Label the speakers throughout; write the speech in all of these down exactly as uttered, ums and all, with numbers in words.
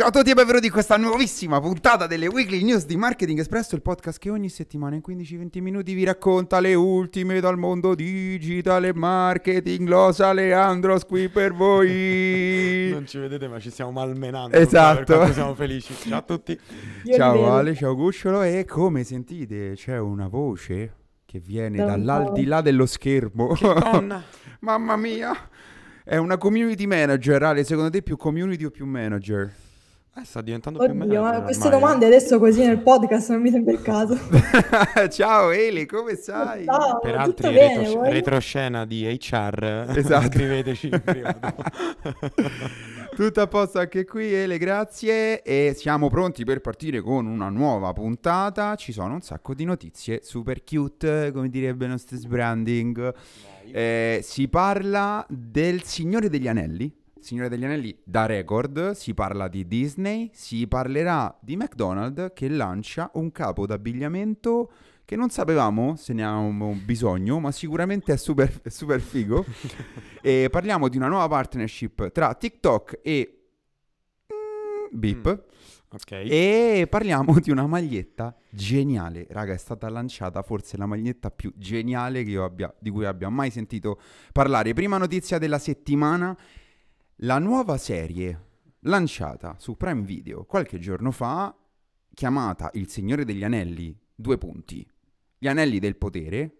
Speaker 1: Ciao a tutti e benvenuti in questa nuovissima puntata delle Weekly News di Marketing Espresso, il podcast che ogni settimana in quindici venti minuti vi racconta le ultime dal mondo digital e marketing. Lo sa Leandro qui per voi.
Speaker 2: Non ci vedete ma ci stiamo malmenando.
Speaker 1: Esatto.
Speaker 2: Per quanto siamo felici. Ciao a tutti.
Speaker 3: Io
Speaker 1: Ciao Ale, ciao Gusciolo. E come sentite c'è una voce che viene
Speaker 3: Da un
Speaker 1: dall'aldilà dello schermo.
Speaker 2: Che donna.
Speaker 1: Mamma mia. È una community manager. Ale, secondo te più community o più manager?
Speaker 2: Eh, sta diventando più
Speaker 3: Oddio,
Speaker 2: manager
Speaker 3: ma queste
Speaker 2: ormai,
Speaker 3: domande adesso così nel podcast non mi sembra il caso.
Speaker 1: Ciao Ele, come stai?
Speaker 3: Ciao,
Speaker 2: Per
Speaker 3: tutto
Speaker 2: altri
Speaker 3: bene,
Speaker 2: retro-
Speaker 3: voi?
Speaker 2: retroscena di H R,
Speaker 1: Esatto.
Speaker 2: scriveteci in privato.
Speaker 1: Tutto a posto anche qui Ele, grazie. E siamo pronti per partire con una nuova puntata. Ci sono un sacco di notizie super cute, come direbbe il nostro branding. Eh, si parla del Signore degli Anelli. Signore degli Anelli da record, si parla di Disney, si parlerà di McDonald's che lancia un capo d'abbigliamento che non sapevamo se ne avevamo bisogno, ma sicuramente è super, è super figo. E parliamo di una nuova partnership tra TikTok e mm, Beep.
Speaker 2: Mm, ok.
Speaker 1: E parliamo di una maglietta geniale. Raga, è stata lanciata forse la maglietta più geniale che io abbia, di cui abbia mai sentito parlare. Prima notizia della settimana. La nuova serie lanciata su Prime Video qualche giorno fa, chiamata Il Signore degli Anelli, due punti, gli Anelli del Potere,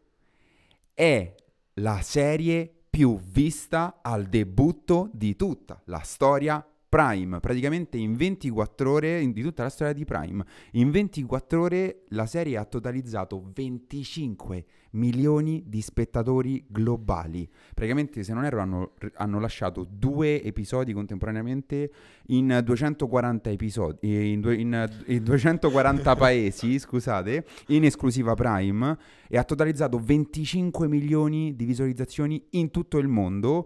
Speaker 1: è la serie più vista al debutto di tutta la storia Prime. Praticamente in ventiquattro ore, in- di tutta la storia di Prime, in ventiquattro ore la serie ha totalizzato venticinque milioni di spettatori globali. Praticamente, se non erro, hanno, hanno lasciato due episodi contemporaneamente in duecentoquaranta episodi, in, due- in- in duecentoquaranta paesi, scusate, in esclusiva Prime, e ha totalizzato venticinque milioni di visualizzazioni in tutto il mondo.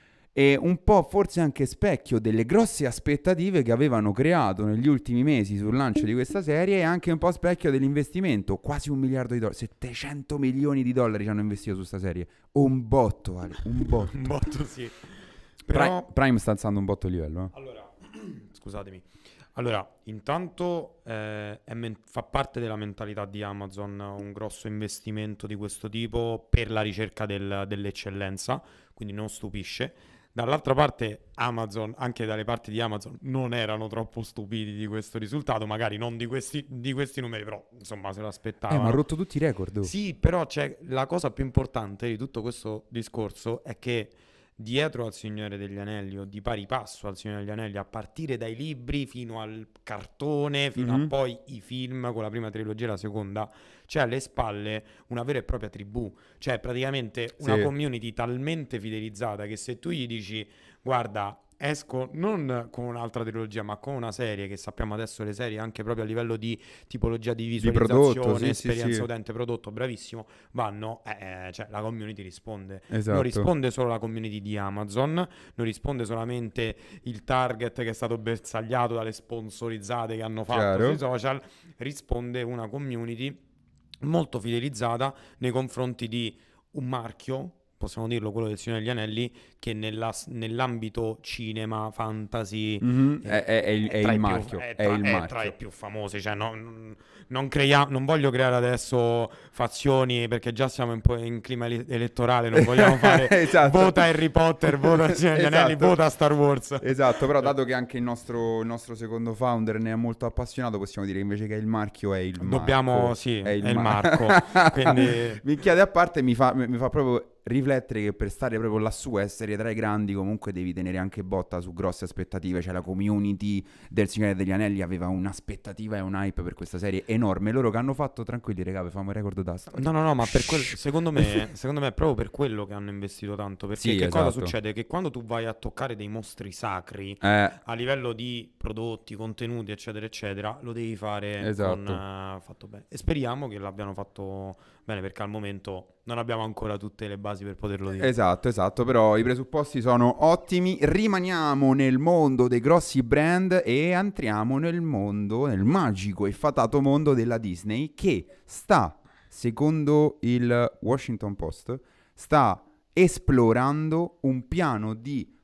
Speaker 1: E un po' forse anche specchio delle grosse aspettative che avevano creato negli ultimi mesi sul lancio di questa serie, e anche un po' specchio dell'investimento, quasi un miliardo di dollari, settecento milioni di dollari ci hanno investito su questa serie, un botto, Ale, un botto.
Speaker 2: Un botto, sì.
Speaker 1: Prime,
Speaker 2: Però,
Speaker 1: Prime sta alzando un botto il livello, eh.
Speaker 2: allora, scusatemi. Allora, intanto eh, è men- fa parte della mentalità di Amazon un grosso investimento di questo tipo per la ricerca del- dell'eccellenza, quindi non stupisce. Dall'altra parte Amazon, anche dalle parti di Amazon, non erano troppo stupidi di questo risultato, magari non di questi, di questi numeri, però insomma se lo
Speaker 1: Eh,
Speaker 2: aspettavano.
Speaker 1: ma ha rotto tutti i record, oh.
Speaker 2: Sì, però c'è la cosa più importante di tutto questo discorso è che dietro al Signore degli Anelli, o di pari passo al Signore degli Anelli, a partire dai libri fino al cartone, fino
Speaker 1: Mhm.
Speaker 2: a poi i film con la prima trilogia e la seconda, c'è alle spalle una vera e propria tribù, cioè praticamente una
Speaker 1: Sì.
Speaker 2: community talmente fidelizzata che se tu gli dici guarda, esco non con un'altra trilogia ma con una serie, che sappiamo adesso le serie anche proprio a livello di tipologia di
Speaker 1: Di prodotto,
Speaker 2: visualizzazione,
Speaker 1: sì, sì,
Speaker 2: esperienza
Speaker 1: sì.
Speaker 2: utente, prodotto, bravissimo, vanno, eh, cioè la community risponde.
Speaker 1: Esatto.
Speaker 2: Non risponde solo la community di Amazon, non risponde solamente il target che è stato bersagliato dalle sponsorizzate che hanno fatto
Speaker 1: Chiaro.
Speaker 2: sui social, risponde una community molto fidelizzata nei confronti di un marchio, possiamo dirlo, quello del Signore degli Anelli, che nella- nell'ambito cinema, fantasy,
Speaker 1: Mhm.
Speaker 2: eh,
Speaker 1: È, è- è il, è
Speaker 2: tra
Speaker 1: il
Speaker 2: i più-
Speaker 1: marchio,
Speaker 2: è
Speaker 1: è
Speaker 2: tra,
Speaker 1: il
Speaker 2: è
Speaker 1: marchio.
Speaker 2: tra i più famosi, cioè non, non, crea- non voglio creare adesso fazioni perché già siamo un po' in clima ele- elettorale, non vogliamo fare
Speaker 1: Esatto.
Speaker 2: vota Harry Potter, vota il Signore degli Anelli,
Speaker 1: Esatto.
Speaker 2: vota Star Wars.
Speaker 1: Esatto, però dato che anche il nostro, il nostro secondo founder ne è molto appassionato, possiamo dire invece che il marchio è il
Speaker 2: Dobbiamo,
Speaker 1: marco.
Speaker 2: sì,
Speaker 1: è il,
Speaker 2: è il
Speaker 1: mar-
Speaker 2: marco, quindi-
Speaker 1: Minchiate a parte, mi fa, mi fa proprio riflettere che per stare proprio lassù, essere tra i grandi, comunque devi tenere anche botta su grosse aspettative. Cioè la community del Signore degli Anelli aveva un'aspettativa e un hype per questa serie enorme. Loro che hanno fatto, tranquilli raga, famo il record da storia.
Speaker 2: No, no, no, ma per quello, secondo me, secondo me è proprio per quello che hanno investito tanto. Perché
Speaker 1: Sì,
Speaker 2: che cosa
Speaker 1: esatto.
Speaker 2: succede? Che quando tu vai a toccare dei mostri sacri
Speaker 1: Eh,
Speaker 2: a livello di prodotti, contenuti, eccetera, eccetera, lo devi fare
Speaker 1: Esatto.
Speaker 2: con eh, fatto bene. E speriamo che l'abbiano fatto bene, perché al momento non abbiamo ancora tutte le basi per poterlo dire.
Speaker 1: Esatto, esatto, però i presupposti sono ottimi. Rimaniamo nel mondo dei grossi brand e entriamo nel mondo, nel magico e fatato mondo della Disney, che sta, secondo il Washington Post, sta esplorando un piano di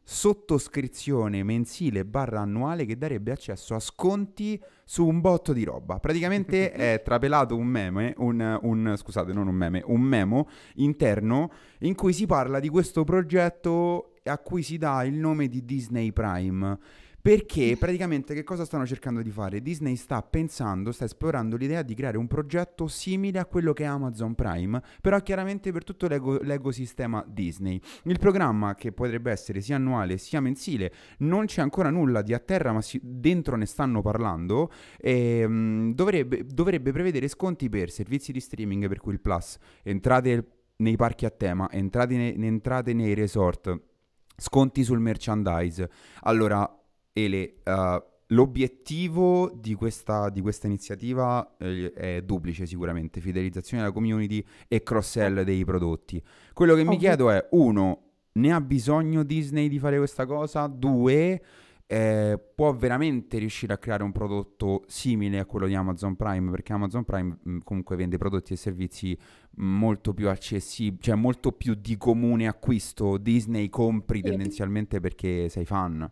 Speaker 1: sottoscrizione mensile barra annuale che darebbe accesso a sconti su un botto di roba. Praticamente è trapelato un meme, un, un scusate, non un meme, un memo interno in cui si parla di questo progetto a cui si dà il nome di Disney Prime. Perché praticamente che cosa stanno cercando di fare? Disney sta pensando, sta esplorando l'idea di creare un progetto simile a quello che è Amazon Prime, però chiaramente per tutto l'ego- l'ecosistema Disney. Il programma, che potrebbe essere sia annuale sia mensile, non c'è ancora nulla di a terra, ma si- dentro ne stanno parlando, e, mh, dovrebbe, dovrebbe prevedere sconti per servizi di streaming, per cui il Plus, entrate nei parchi a tema, entrate, ne- entrate nei resort, sconti sul merchandise. Allora, Ele, uh, l'obiettivo di questa, di questa iniziativa eh, è duplice sicuramente: fidelizzazione della community e cross-sell dei prodotti. Quello che mi
Speaker 3: Ovvio.
Speaker 1: chiedo è, uno, ne ha bisogno Disney di fare questa cosa? Due, eh, può veramente riuscire a creare un prodotto simile a quello di Amazon Prime? Perché Amazon Prime mh, comunque vende prodotti e servizi molto più accessibili, cioè molto più di comune acquisto. Disney compri
Speaker 3: Sì.
Speaker 1: tendenzialmente perché sei fan.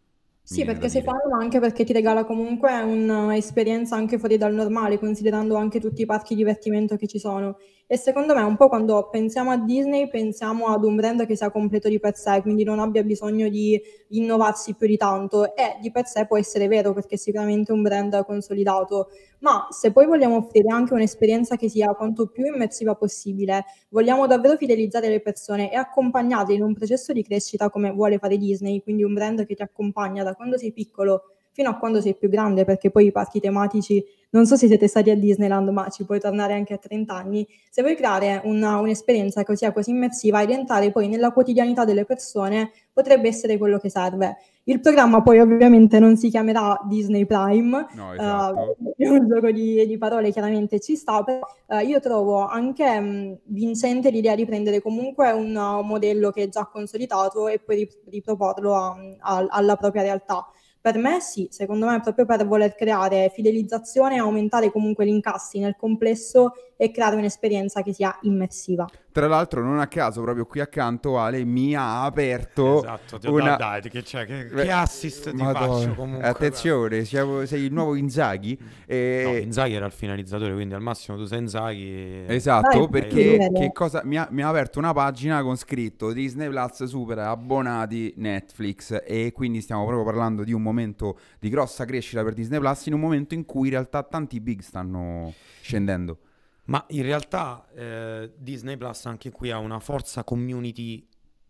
Speaker 1: Mi
Speaker 3: Sì,
Speaker 1: viene da
Speaker 3: perché sei
Speaker 1: dire.
Speaker 3: fan, ma anche perché ti regala comunque un'esperienza anche fuori dal normale, considerando anche tutti i parchi divertimento che ci sono. E secondo me un po' quando pensiamo a Disney pensiamo ad un brand che sia completo di per sé, quindi non abbia bisogno di innovarsi più di tanto, e di per sé può essere vero perché è sicuramente un brand consolidato, ma se poi vogliamo offrire anche un'esperienza che sia quanto più immersiva possibile, vogliamo davvero fidelizzare le persone e accompagnarle in un processo di crescita come vuole fare Disney, quindi un brand che ti accompagna da quando sei piccolo fino a quando sei più grande, perché poi i parchi tematici, non so se siete stati a Disneyland, ma ci puoi tornare anche a trenta anni. Se vuoi creare una- un'esperienza che sia così immersiva e rientrare poi nella quotidianità delle persone, potrebbe essere quello che serve. Il programma poi ovviamente non si chiamerà Disney Prime,
Speaker 1: No,
Speaker 3: eh,
Speaker 1: esatto.
Speaker 3: è un gioco di, di parole, chiaramente ci sta, però eh, io trovo anche mh, vincente l'idea di prendere comunque un uh, modello che è già consolidato e poi rip- riproporlo a- a- alla propria realtà. Per me sì, secondo me proprio per voler creare fidelizzazione e aumentare comunque gli incassi nel complesso e creare un'esperienza che sia immersiva.
Speaker 1: Tra l'altro, non a caso, proprio qui accanto Ale mi ha aperto
Speaker 2: Esatto, ti ho
Speaker 1: una...
Speaker 2: da- dai, che, c'è, che,
Speaker 1: Beh,
Speaker 2: che assist ti
Speaker 1: Madonna.
Speaker 2: faccio comunque.
Speaker 1: Attenzione, siamo- sei il nuovo Inzaghi.
Speaker 2: No,
Speaker 1: E...
Speaker 2: Inzaghi era il finalizzatore, quindi al massimo tu sei Inzaghi. e-
Speaker 1: Esatto,
Speaker 3: Dai,
Speaker 1: perché
Speaker 3: bene.
Speaker 1: che cosa mi ha, mi ha aperto una pagina con scritto Disney Plus supera abbonati Netflix, e quindi stiamo proprio parlando di un momento di grossa crescita per Disney Plus, in un momento in cui in realtà tanti big stanno scendendo.
Speaker 2: Ma in realtà eh, Disney Plus anche qui ha una forza community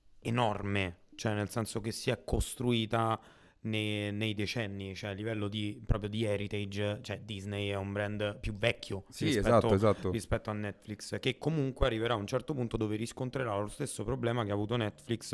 Speaker 2: enorme, cioè nel senso che si è costruita nei, nei decenni, cioè a livello di, proprio di heritage, cioè Disney è un brand più vecchio
Speaker 1: Sì,
Speaker 2: rispetto,
Speaker 1: esatto, esatto.
Speaker 2: rispetto a Netflix, che comunque arriverà a un certo punto dove riscontrerà lo stesso problema che ha avuto Netflix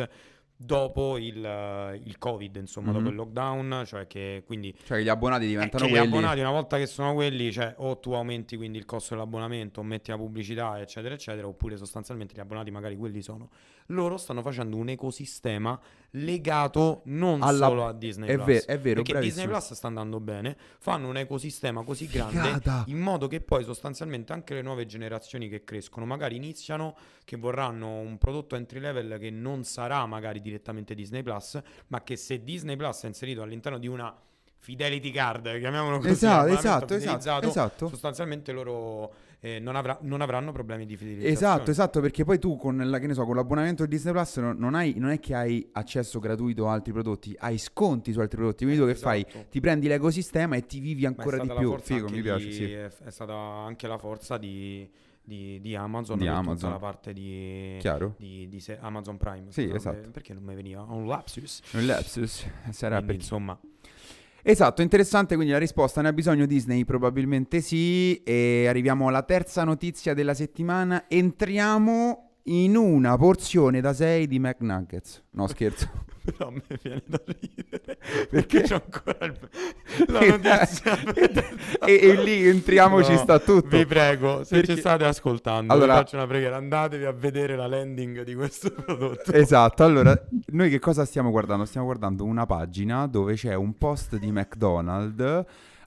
Speaker 2: dopo il, eh, il Covid, insomma, dopo
Speaker 1: Mhm.
Speaker 2: il lockdown, cioè che quindi
Speaker 1: Cioè gli abbonati
Speaker 2: eh,
Speaker 1: diventano
Speaker 2: che gli
Speaker 1: quelli.
Speaker 2: abbonati una volta che sono quelli, cioè o tu aumenti quindi il costo dell'abbonamento o metti la pubblicità eccetera eccetera, oppure sostanzialmente gli abbonati magari quelli sono. Loro stanno facendo un ecosistema legato non
Speaker 1: Alla-
Speaker 2: solo a Disney
Speaker 1: è
Speaker 2: Plus,
Speaker 1: ver- è vero,
Speaker 2: perché
Speaker 1: bravissimo.
Speaker 2: Disney Plus sta andando bene, fanno un ecosistema così grande
Speaker 1: Figata.
Speaker 2: in modo che poi sostanzialmente anche le nuove generazioni che crescono magari iniziano che vorranno un prodotto entry level che non sarà magari direttamente Disney Plus, ma che se Disney Plus è inserito all'interno di una Fidelity Card, chiamiamolo così,
Speaker 1: Esatto,
Speaker 2: abbonamento
Speaker 1: esatto, esatto,
Speaker 2: fidelizzato,
Speaker 1: esatto.
Speaker 2: sostanzialmente loro eh, non, avrà- non avranno problemi di fidelizzazione.
Speaker 1: Esatto, esatto, perché poi tu con, la, che ne so, con l'abbonamento di Disney Plus non, non hai, non è che hai accesso gratuito a altri prodotti, hai sconti su altri prodotti, quindi tu che fai?
Speaker 2: Esatto.
Speaker 1: Ti prendi l'ecosistema e ti vivi
Speaker 2: Ma è
Speaker 1: ancora di
Speaker 2: stata la
Speaker 1: più.
Speaker 2: forza
Speaker 1: Figo,
Speaker 2: anche
Speaker 1: mi piace,
Speaker 2: di-
Speaker 1: sì.
Speaker 2: è, è stata anche la forza di, di- di Amazon
Speaker 1: Di
Speaker 2: per
Speaker 1: Amazon.
Speaker 2: tutta la parte di,
Speaker 1: Chiaro?
Speaker 2: di- di se- Amazon Prime.
Speaker 1: Sì,
Speaker 2: Scusa,
Speaker 1: esatto.
Speaker 2: eh, Perché non mi veniva? Ho un lapsus.
Speaker 1: Un lapsus, sarà
Speaker 2: Quindi,
Speaker 1: perché...
Speaker 2: insomma,
Speaker 1: Esatto, interessante, quindi la risposta: ne ha bisogno Disney? Probabilmente sì. E arriviamo alla terza notizia della settimana. Entriamo in una porzione da sei di McNuggets. No, scherzo.
Speaker 2: però a me viene da ridere
Speaker 1: Perché?
Speaker 2: perché c'è ancora il- la notizia.
Speaker 1: e, e lì entriamo, ci
Speaker 2: No,
Speaker 1: sta tutto.
Speaker 2: Vi prego, se
Speaker 1: Perché-
Speaker 2: ci state ascoltando,
Speaker 1: Allora-
Speaker 2: vi faccio una preghiera, andatevi a vedere la landing di questo prodotto.
Speaker 1: Esatto, allora noi che cosa stiamo guardando? Stiamo guardando una pagina dove c'è un post di McDonald's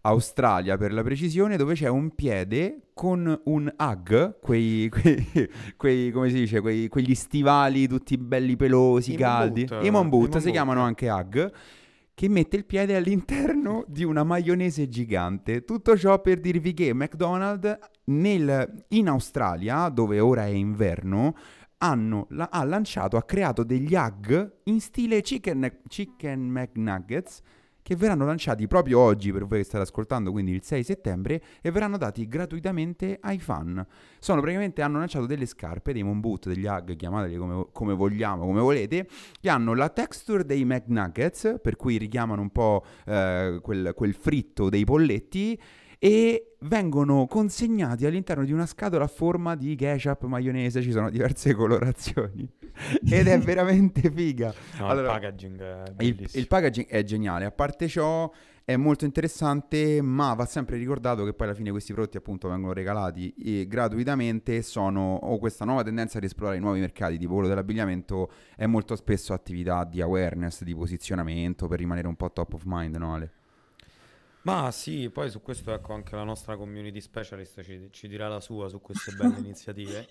Speaker 1: Australia per la precisione, dove c'è un piede con un Ugg, quei, quei, quei come si dice, quei, quegli stivali tutti belli pelosi,
Speaker 2: I
Speaker 1: caldi,
Speaker 2: Moon Boot,
Speaker 1: i Moon Boot,
Speaker 2: i Moon
Speaker 1: si
Speaker 2: Boot.
Speaker 1: chiamano anche Ugg, che mette il piede all'interno di una maionese gigante. Tutto ciò per dirvi che McDonald's nel, in Australia, dove ora è inverno, hanno, la- ha lanciato, ha creato degli Ugg in stile chicken, chicken McNuggets, che verranno lanciati proprio oggi per voi che state ascoltando, quindi il sei settembre, e verranno dati gratuitamente ai fan. Sono praticamente, hanno lanciato delle scarpe, dei Moon Boot, degli Ugg, chiamateli come, come vogliamo, come volete, che hanno la texture dei McNuggets, per cui richiamano un po' eh, quel, quel fritto dei polletti, e vengono consegnati all'interno di una scatola a forma di ketchup, maionese, ci sono diverse colorazioni ed è veramente figa.
Speaker 2: No,
Speaker 1: Allora,
Speaker 2: il packaging è
Speaker 1: il,
Speaker 2: bellissimo.
Speaker 1: il packaging è geniale, a parte ciò è molto interessante, ma va sempre ricordato che poi alla fine questi prodotti appunto vengono regalati eh, gratuitamente e sono, o questa nuova tendenza ad esplorare i nuovi mercati, tipo quello dell'abbigliamento, è molto spesso attività di awareness, di posizionamento, per rimanere un po' top of mind, no Ale?
Speaker 2: Ma sì, poi su questo ecco anche la nostra community specialist ci, ci dirà la sua su queste belle iniziative.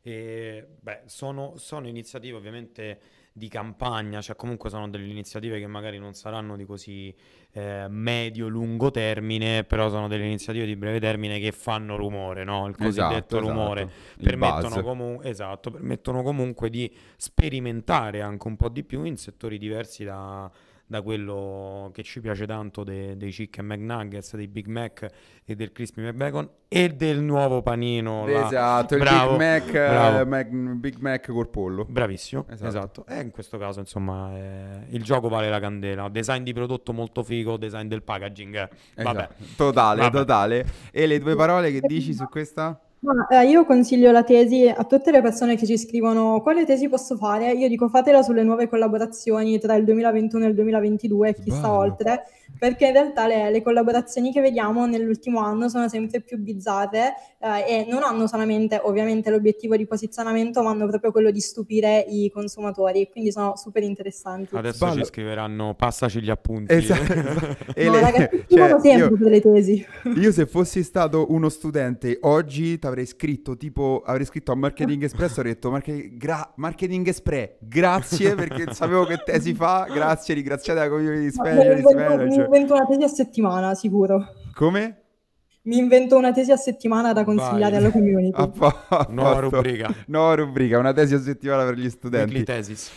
Speaker 2: E beh, sono, sono iniziative ovviamente di campagna, cioè comunque sono delle iniziative che magari non saranno di così eh, medio-lungo termine, però sono delle iniziative di breve termine che fanno rumore, no? Il cosiddetto
Speaker 1: Esatto,
Speaker 2: rumore.
Speaker 1: esatto, il
Speaker 2: Permettono,
Speaker 1: buzz.
Speaker 2: comu- esatto, permettono comunque di sperimentare anche un po' di più in settori diversi da, da quello che ci piace tanto de- dei Chicken McNuggets, dei Big Mac e del Crispy McBacon e del nuovo panino là.
Speaker 1: Esatto, il
Speaker 2: Bravo,
Speaker 1: Big Mac, eh,
Speaker 2: bravo.
Speaker 1: Mac- Big Mac col pollo.
Speaker 2: Bravissimo,
Speaker 1: Esatto.
Speaker 2: esatto. E in questo caso, insomma, eh, il gioco vale la candela. Design di prodotto molto figo, design del packaging. eh, Vabbè,
Speaker 1: Esatto. Totale,
Speaker 2: vabbè.
Speaker 1: totale. E le due parole che dici su questa?
Speaker 3: Ma, eh, io consiglio la tesi a tutte le persone che ci scrivono quale tesi posso fare. Io dico fatela sulle nuove collaborazioni tra il duemilaventuno e il duemilaventidue e chissà
Speaker 1: Bello.
Speaker 3: oltre, perché in realtà le, le collaborazioni che vediamo nell'ultimo anno sono sempre più bizzarre eh, e non hanno solamente ovviamente l'obiettivo di posizionamento, ma hanno proprio quello di stupire i consumatori, quindi sono super interessanti.
Speaker 2: Adesso
Speaker 1: Ballo.
Speaker 2: ci scriveranno, passaci gli appunti.
Speaker 1: Esatto. E
Speaker 3: No,
Speaker 1: le-
Speaker 3: ragazzi,
Speaker 1: cioè,
Speaker 3: scrivono sempre
Speaker 1: io,
Speaker 3: delle tesi.
Speaker 1: io se fossi stato uno studente oggi ti avrei scritto tipo, avrei scritto a Marketing Express, avrei detto Marketing, gra- Marketing Express, grazie perché sapevo che tesi fa, grazie, ringraziate la community
Speaker 3: No, me ne
Speaker 1: specialist
Speaker 3: invento, mi
Speaker 1: manager.
Speaker 3: invento una tesi a settimana, sicuro.
Speaker 1: Come?
Speaker 3: Mi invento una tesi a settimana da consigliare
Speaker 2: Vai.
Speaker 3: alla community.
Speaker 1: A po- a
Speaker 2: Nuova
Speaker 1: posto.
Speaker 2: rubrica.
Speaker 1: Nuova rubrica, una tesi a settimana per gli
Speaker 2: Weekly
Speaker 1: studenti.
Speaker 2: thesis.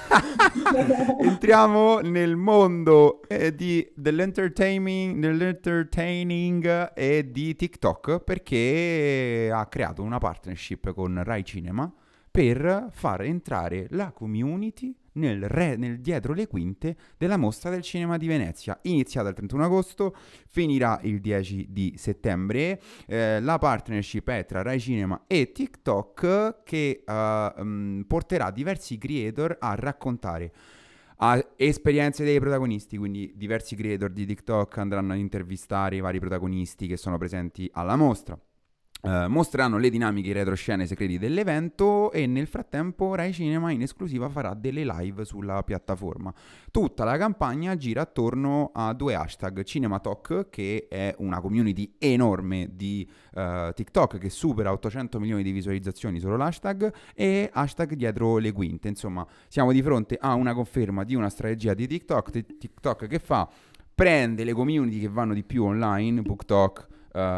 Speaker 1: Entriamo nel mondo eh, di, dell'entertaining, dell'entertaining e di TikTok, perché ha creato una partnership con Rai Cinema per far entrare la community nel, re- nel dietro le quinte della mostra del cinema di Venezia, iniziata il trentuno agosto, finirà il dieci di settembre. Eh, la partnership è tra Rai Cinema e TikTok, che eh, mm, porterà diversi creator a raccontare a esperienze dei protagonisti, quindi diversi creator di TikTok andranno ad intervistare i vari protagonisti che sono presenti alla mostra. Uh, mostreranno le dinamiche retroscene segreti dell'evento e nel frattempo Rai Cinema in esclusiva farà delle live sulla piattaforma. Tutta la campagna gira attorno a due hashtag: Cinematalk, che è una community enorme di uh, TikTok che supera ottocento milioni di visualizzazioni solo l'hashtag, e hashtag dietro le quinte. Insomma, siamo di fronte a una conferma di una strategia di TikTok, TikTok che fa, prende le community che vanno di più online, BookTok,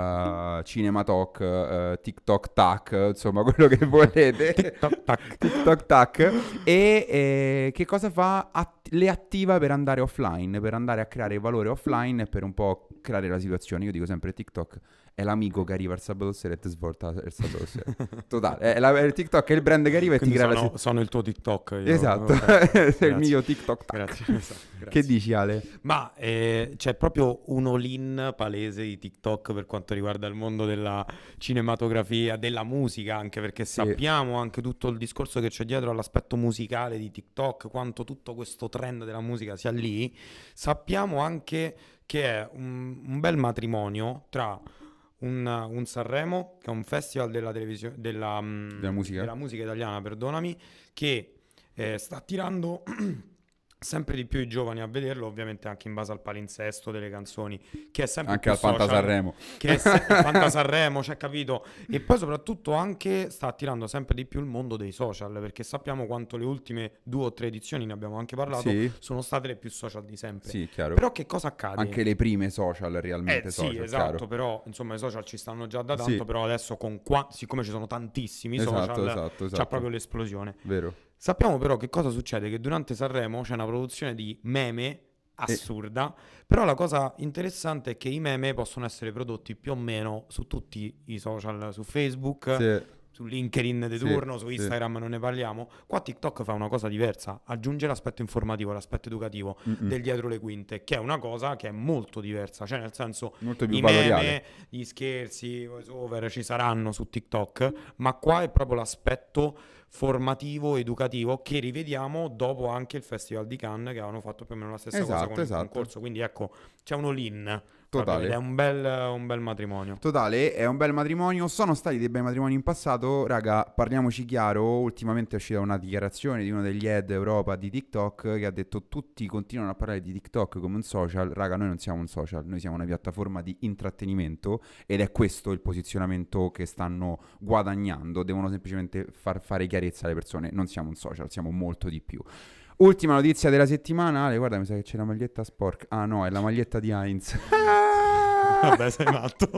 Speaker 1: Uh, Cinematalk, uh, TikTok Tac, insomma quello che volete.
Speaker 2: TikTok tac.
Speaker 1: TikTok Tac. E eh, che cosa fa? Att- le attiva per andare offline, per andare a creare valore offline e per un po' creare la situazione. Io dico sempre TikTok è l'amico che arriva al sabato sera e ti svolta il sabato sera. Totale, è la, il TikTok è il brand che arriva e
Speaker 2: Quindi
Speaker 1: ti crea
Speaker 2: sono,
Speaker 1: la situazione.
Speaker 2: sono il tuo TikTok. io.
Speaker 1: Esatto,
Speaker 2: Ok,
Speaker 1: è il
Speaker 2: grazie.
Speaker 1: mio TikTok Tac.
Speaker 2: Grazie, esatto,
Speaker 1: Che
Speaker 2: grazie.
Speaker 1: dici, Ale?
Speaker 2: Ma eh, c'è proprio un all-in palese di TikTok per quanto riguarda il mondo della cinematografia, della musica, anche perché
Speaker 1: Sì.
Speaker 2: sappiamo anche tutto il discorso che c'è dietro all'aspetto musicale di TikTok, quanto tutto questo trend della musica sia lì. Sappiamo anche che è un, un bel matrimonio tra un, un Sanremo, che è un festival della televisione, della, mm,
Speaker 1: Della musica?
Speaker 2: della musica italiana, perdonami, che eh, sta attirando sempre di più i giovani a vederlo, ovviamente anche in base al palinsesto delle canzoni, che è sempre
Speaker 1: Anche
Speaker 2: più
Speaker 1: al Fanta
Speaker 2: social,
Speaker 1: Sanremo.
Speaker 2: che è se- il Fanta Sanremo, c'è capito? E poi soprattutto anche sta attirando sempre di più il mondo dei social, perché sappiamo quanto le ultime due o tre edizioni, ne abbiamo anche parlato,
Speaker 1: Sì,
Speaker 2: sono state le più social di sempre.
Speaker 1: sì, chiaro.
Speaker 2: Però che cosa accade?
Speaker 1: Anche le prime social, realmente
Speaker 2: Eh sì,
Speaker 1: social,
Speaker 2: esatto,
Speaker 1: chiaro.
Speaker 2: però insomma i social ci stanno già da tanto,
Speaker 1: Sì.
Speaker 2: però adesso con qua, siccome ci sono tantissimi
Speaker 1: Esatto,
Speaker 2: social,
Speaker 1: esatto,
Speaker 2: c'è
Speaker 1: esatto.
Speaker 2: proprio l'esplosione.
Speaker 1: Vero.
Speaker 2: Sappiamo però che cosa succede, che durante Sanremo c'è una produzione di meme
Speaker 1: E-
Speaker 2: assurda, però la cosa interessante è che i meme possono essere prodotti più o meno su tutti i social, su Facebook,
Speaker 1: Sì,
Speaker 2: su LinkedIn di
Speaker 1: sì,
Speaker 2: turno, su
Speaker 1: sì.
Speaker 2: Instagram non ne parliamo. Qua TikTok fa una cosa diversa, aggiunge l'aspetto informativo, l'aspetto educativo
Speaker 1: Mm-mm.
Speaker 2: del dietro le quinte, che è una cosa che è molto diversa, cioè nel senso
Speaker 1: Molto più
Speaker 2: i
Speaker 1: valoriale.
Speaker 2: meme, gli scherzi, i voice over ci saranno su TikTok, ma qua è proprio l'aspetto formativo, educativo che rivediamo dopo anche il Festival di Cannes, che avevano fatto più o meno la stessa cosa
Speaker 1: Esatto,
Speaker 2: con il
Speaker 1: esatto.
Speaker 2: concorso, quindi ecco, c'è un all-in proprio,
Speaker 1: Totale.
Speaker 2: ed è un bel, un bel matrimonio.
Speaker 1: Totale, è un bel matrimonio. Sono stati dei bei matrimoni in passato. Raga, parliamoci chiaro. Ultimamente è uscita una dichiarazione di uno degli head Europa di TikTok che ha detto: tutti continuano a parlare di TikTok come un social. Raga, noi non siamo un social, noi siamo una piattaforma di intrattenimento ed è questo il posizionamento che stanno guadagnando. Devono semplicemente far fare chiarezza alle persone. Non siamo un social, siamo molto di più. Ultima notizia della settimana. Ale, guarda, mi sa che c'è la maglietta sporca. Ah no, è la maglietta di Heinz.
Speaker 2: Vabbè, sei matto.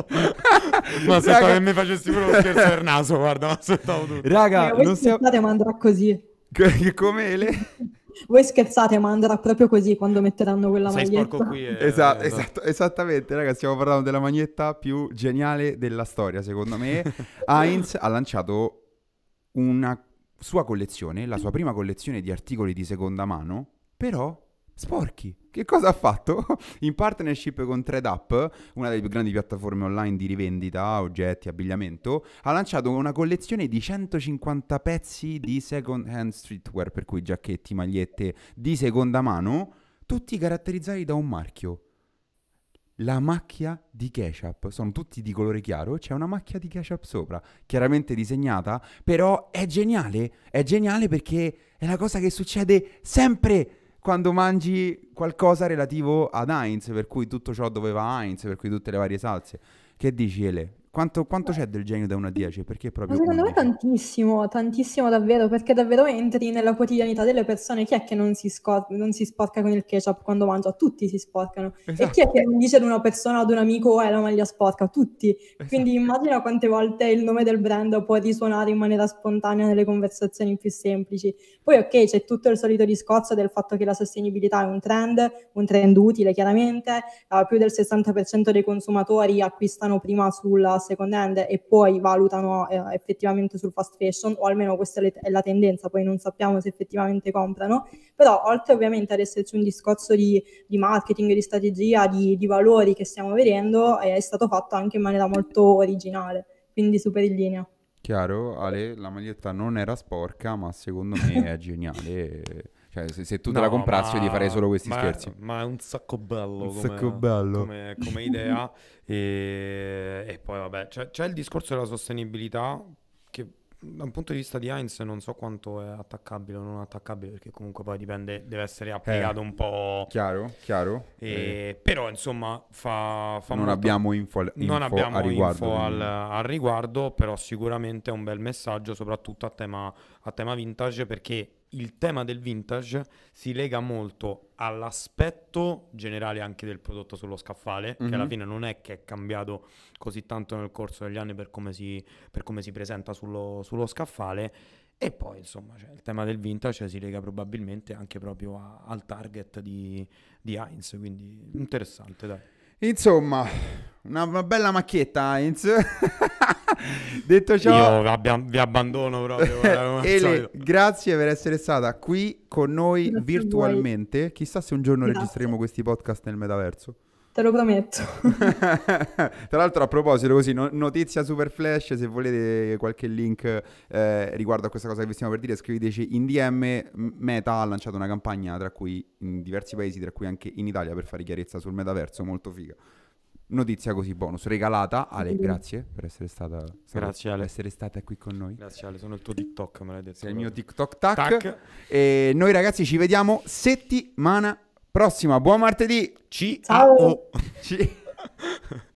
Speaker 2: Ma aspettavo
Speaker 1: Raga.
Speaker 2: che mi facessi pure lo scherzo per naso, guarda, ma aspettavo tutto.
Speaker 1: Raga,
Speaker 3: Eh, voi
Speaker 1: non siamo...
Speaker 3: scherzate, ma andrà così.
Speaker 1: Come le...
Speaker 3: Voi scherzate, ma andrà proprio così quando metteranno quella
Speaker 2: Sei
Speaker 3: maglietta.
Speaker 2: sporco qui e...
Speaker 1: Esatto, esatto, esattamente, raga, stiamo parlando della maglietta più geniale della storia, secondo me. Heinz ha lanciato una sua collezione, la sua prima collezione di articoli di seconda mano, però sporchi. Che cosa ha fatto? In partnership con ThreadUp, una delle più grandi piattaforme online di rivendita, oggetti, abbigliamento, ha lanciato una collezione di centocinquanta pezzi di second hand streetwear, per cui giacchetti, magliette di seconda mano, tutti caratterizzati da un marchio. La macchia di ketchup, sono tutti di colore chiaro, c'è una macchia di ketchup sopra, chiaramente disegnata, però è geniale, è geniale perché è la cosa che succede sempre quando mangi qualcosa relativo ad Heinz, per cui tutto ciò doveva Heinz, per cui tutte le varie salse. Che dici, Ele? Quanto, quanto c'è del genio da uno a dieci? Perché
Speaker 3: Ma
Speaker 1: proprio
Speaker 3: secondo me
Speaker 1: undici?
Speaker 3: tantissimo, tantissimo davvero, perché davvero entri nella quotidianità delle persone. Chi è che non si, scor- non si sporca con il ketchup quando mangia? Tutti si sporcano. E chi è
Speaker 1: Esatto,
Speaker 3: che non dice ad una persona, ad un amico, oh, è la maglia sporca? Tutti. Quindi
Speaker 1: esatto.
Speaker 3: immagina quante volte il nome del brand può risuonare in maniera spontanea nelle conversazioni più semplici. Poi ok, c'è tutto il solito discorso del fatto che la sostenibilità è un trend, un trend utile chiaramente, uh, più del sessanta per cento dei consumatori acquistano prima sulla second hand e poi valutano eh, effettivamente sul fast fashion, o almeno questa è, le- è la tendenza, poi non sappiamo se effettivamente comprano, però oltre ovviamente ad esserci un discorso di, di marketing, di strategia, di, di valori che stiamo vedendo, eh, è stato fatto anche in maniera molto originale, quindi super in linea.
Speaker 1: Chiaro, Ale, la maglietta non era sporca, ma secondo me è geniale. Cioè, se, se tu te la
Speaker 2: No,
Speaker 1: comprassi io ti farei solo questi
Speaker 2: ma,
Speaker 1: scherzi.
Speaker 2: ma è un sacco bello,
Speaker 1: Un
Speaker 2: come,
Speaker 1: sacco bello.
Speaker 2: come- come idea. E, e poi vabbè, c'è, c'è il discorso della sostenibilità che da un punto di vista di Heinz non so quanto è attaccabile o non attaccabile, perché comunque poi dipende, deve essere applicato un po'.
Speaker 1: Chiaro, chiaro. Eh,
Speaker 2: E- però insomma fa, fa
Speaker 1: non
Speaker 2: molto-
Speaker 1: abbiamo info, info
Speaker 2: non abbiamo
Speaker 1: a riguardo.
Speaker 2: info al,
Speaker 1: quindi-
Speaker 2: al riguardo, però sicuramente è un bel messaggio, soprattutto a tema, a tema vintage, perché il tema del vintage si lega molto all'aspetto generale anche del prodotto sullo scaffale, che alla
Speaker 1: Mhm.
Speaker 2: fine non è che è cambiato così tanto nel corso degli anni per come si, per come si presenta sullo, sullo scaffale. E poi, insomma, cioè, il tema del vintage si lega probabilmente anche proprio a- al target di, di Heinz, quindi interessante, dai.
Speaker 1: Insomma, una, una bella macchietta, Heinz. Detto ciò,
Speaker 2: Io abbia- vi abbandono proprio, guarda, come al
Speaker 1: Ele,
Speaker 2: solito.
Speaker 1: grazie per essere stata qui con noi
Speaker 3: Grazie a voi.
Speaker 1: virtualmente. Chissà se un giorno
Speaker 3: Grazie.
Speaker 1: registreremo questi podcast nel metaverso.
Speaker 3: Te lo prometto.
Speaker 1: Tra l'altro, a proposito, così, no- notizia super flash, se volete qualche link eh, riguardo a questa cosa che vi stiamo per dire, scriveteci in D M. M- Meta ha lanciato una campagna tra cui in diversi paesi, tra cui anche in Italia, per fare chiarezza sul metaverso, molto figa. notizia così bonus regalata. Ale, grazie per essere stata
Speaker 2: Grazie, Ale.
Speaker 1: per essere stata qui con noi.
Speaker 2: Grazie Ale, sono il tuo TikTok, me l'hai detto.
Speaker 1: Sei il mio
Speaker 2: proprio.
Speaker 1: TikTok tac.
Speaker 2: Tac.
Speaker 1: E noi ragazzi ci vediamo settimana prossima. Buon martedì.
Speaker 2: C
Speaker 3: Ciao.
Speaker 2: A O.
Speaker 1: Ci-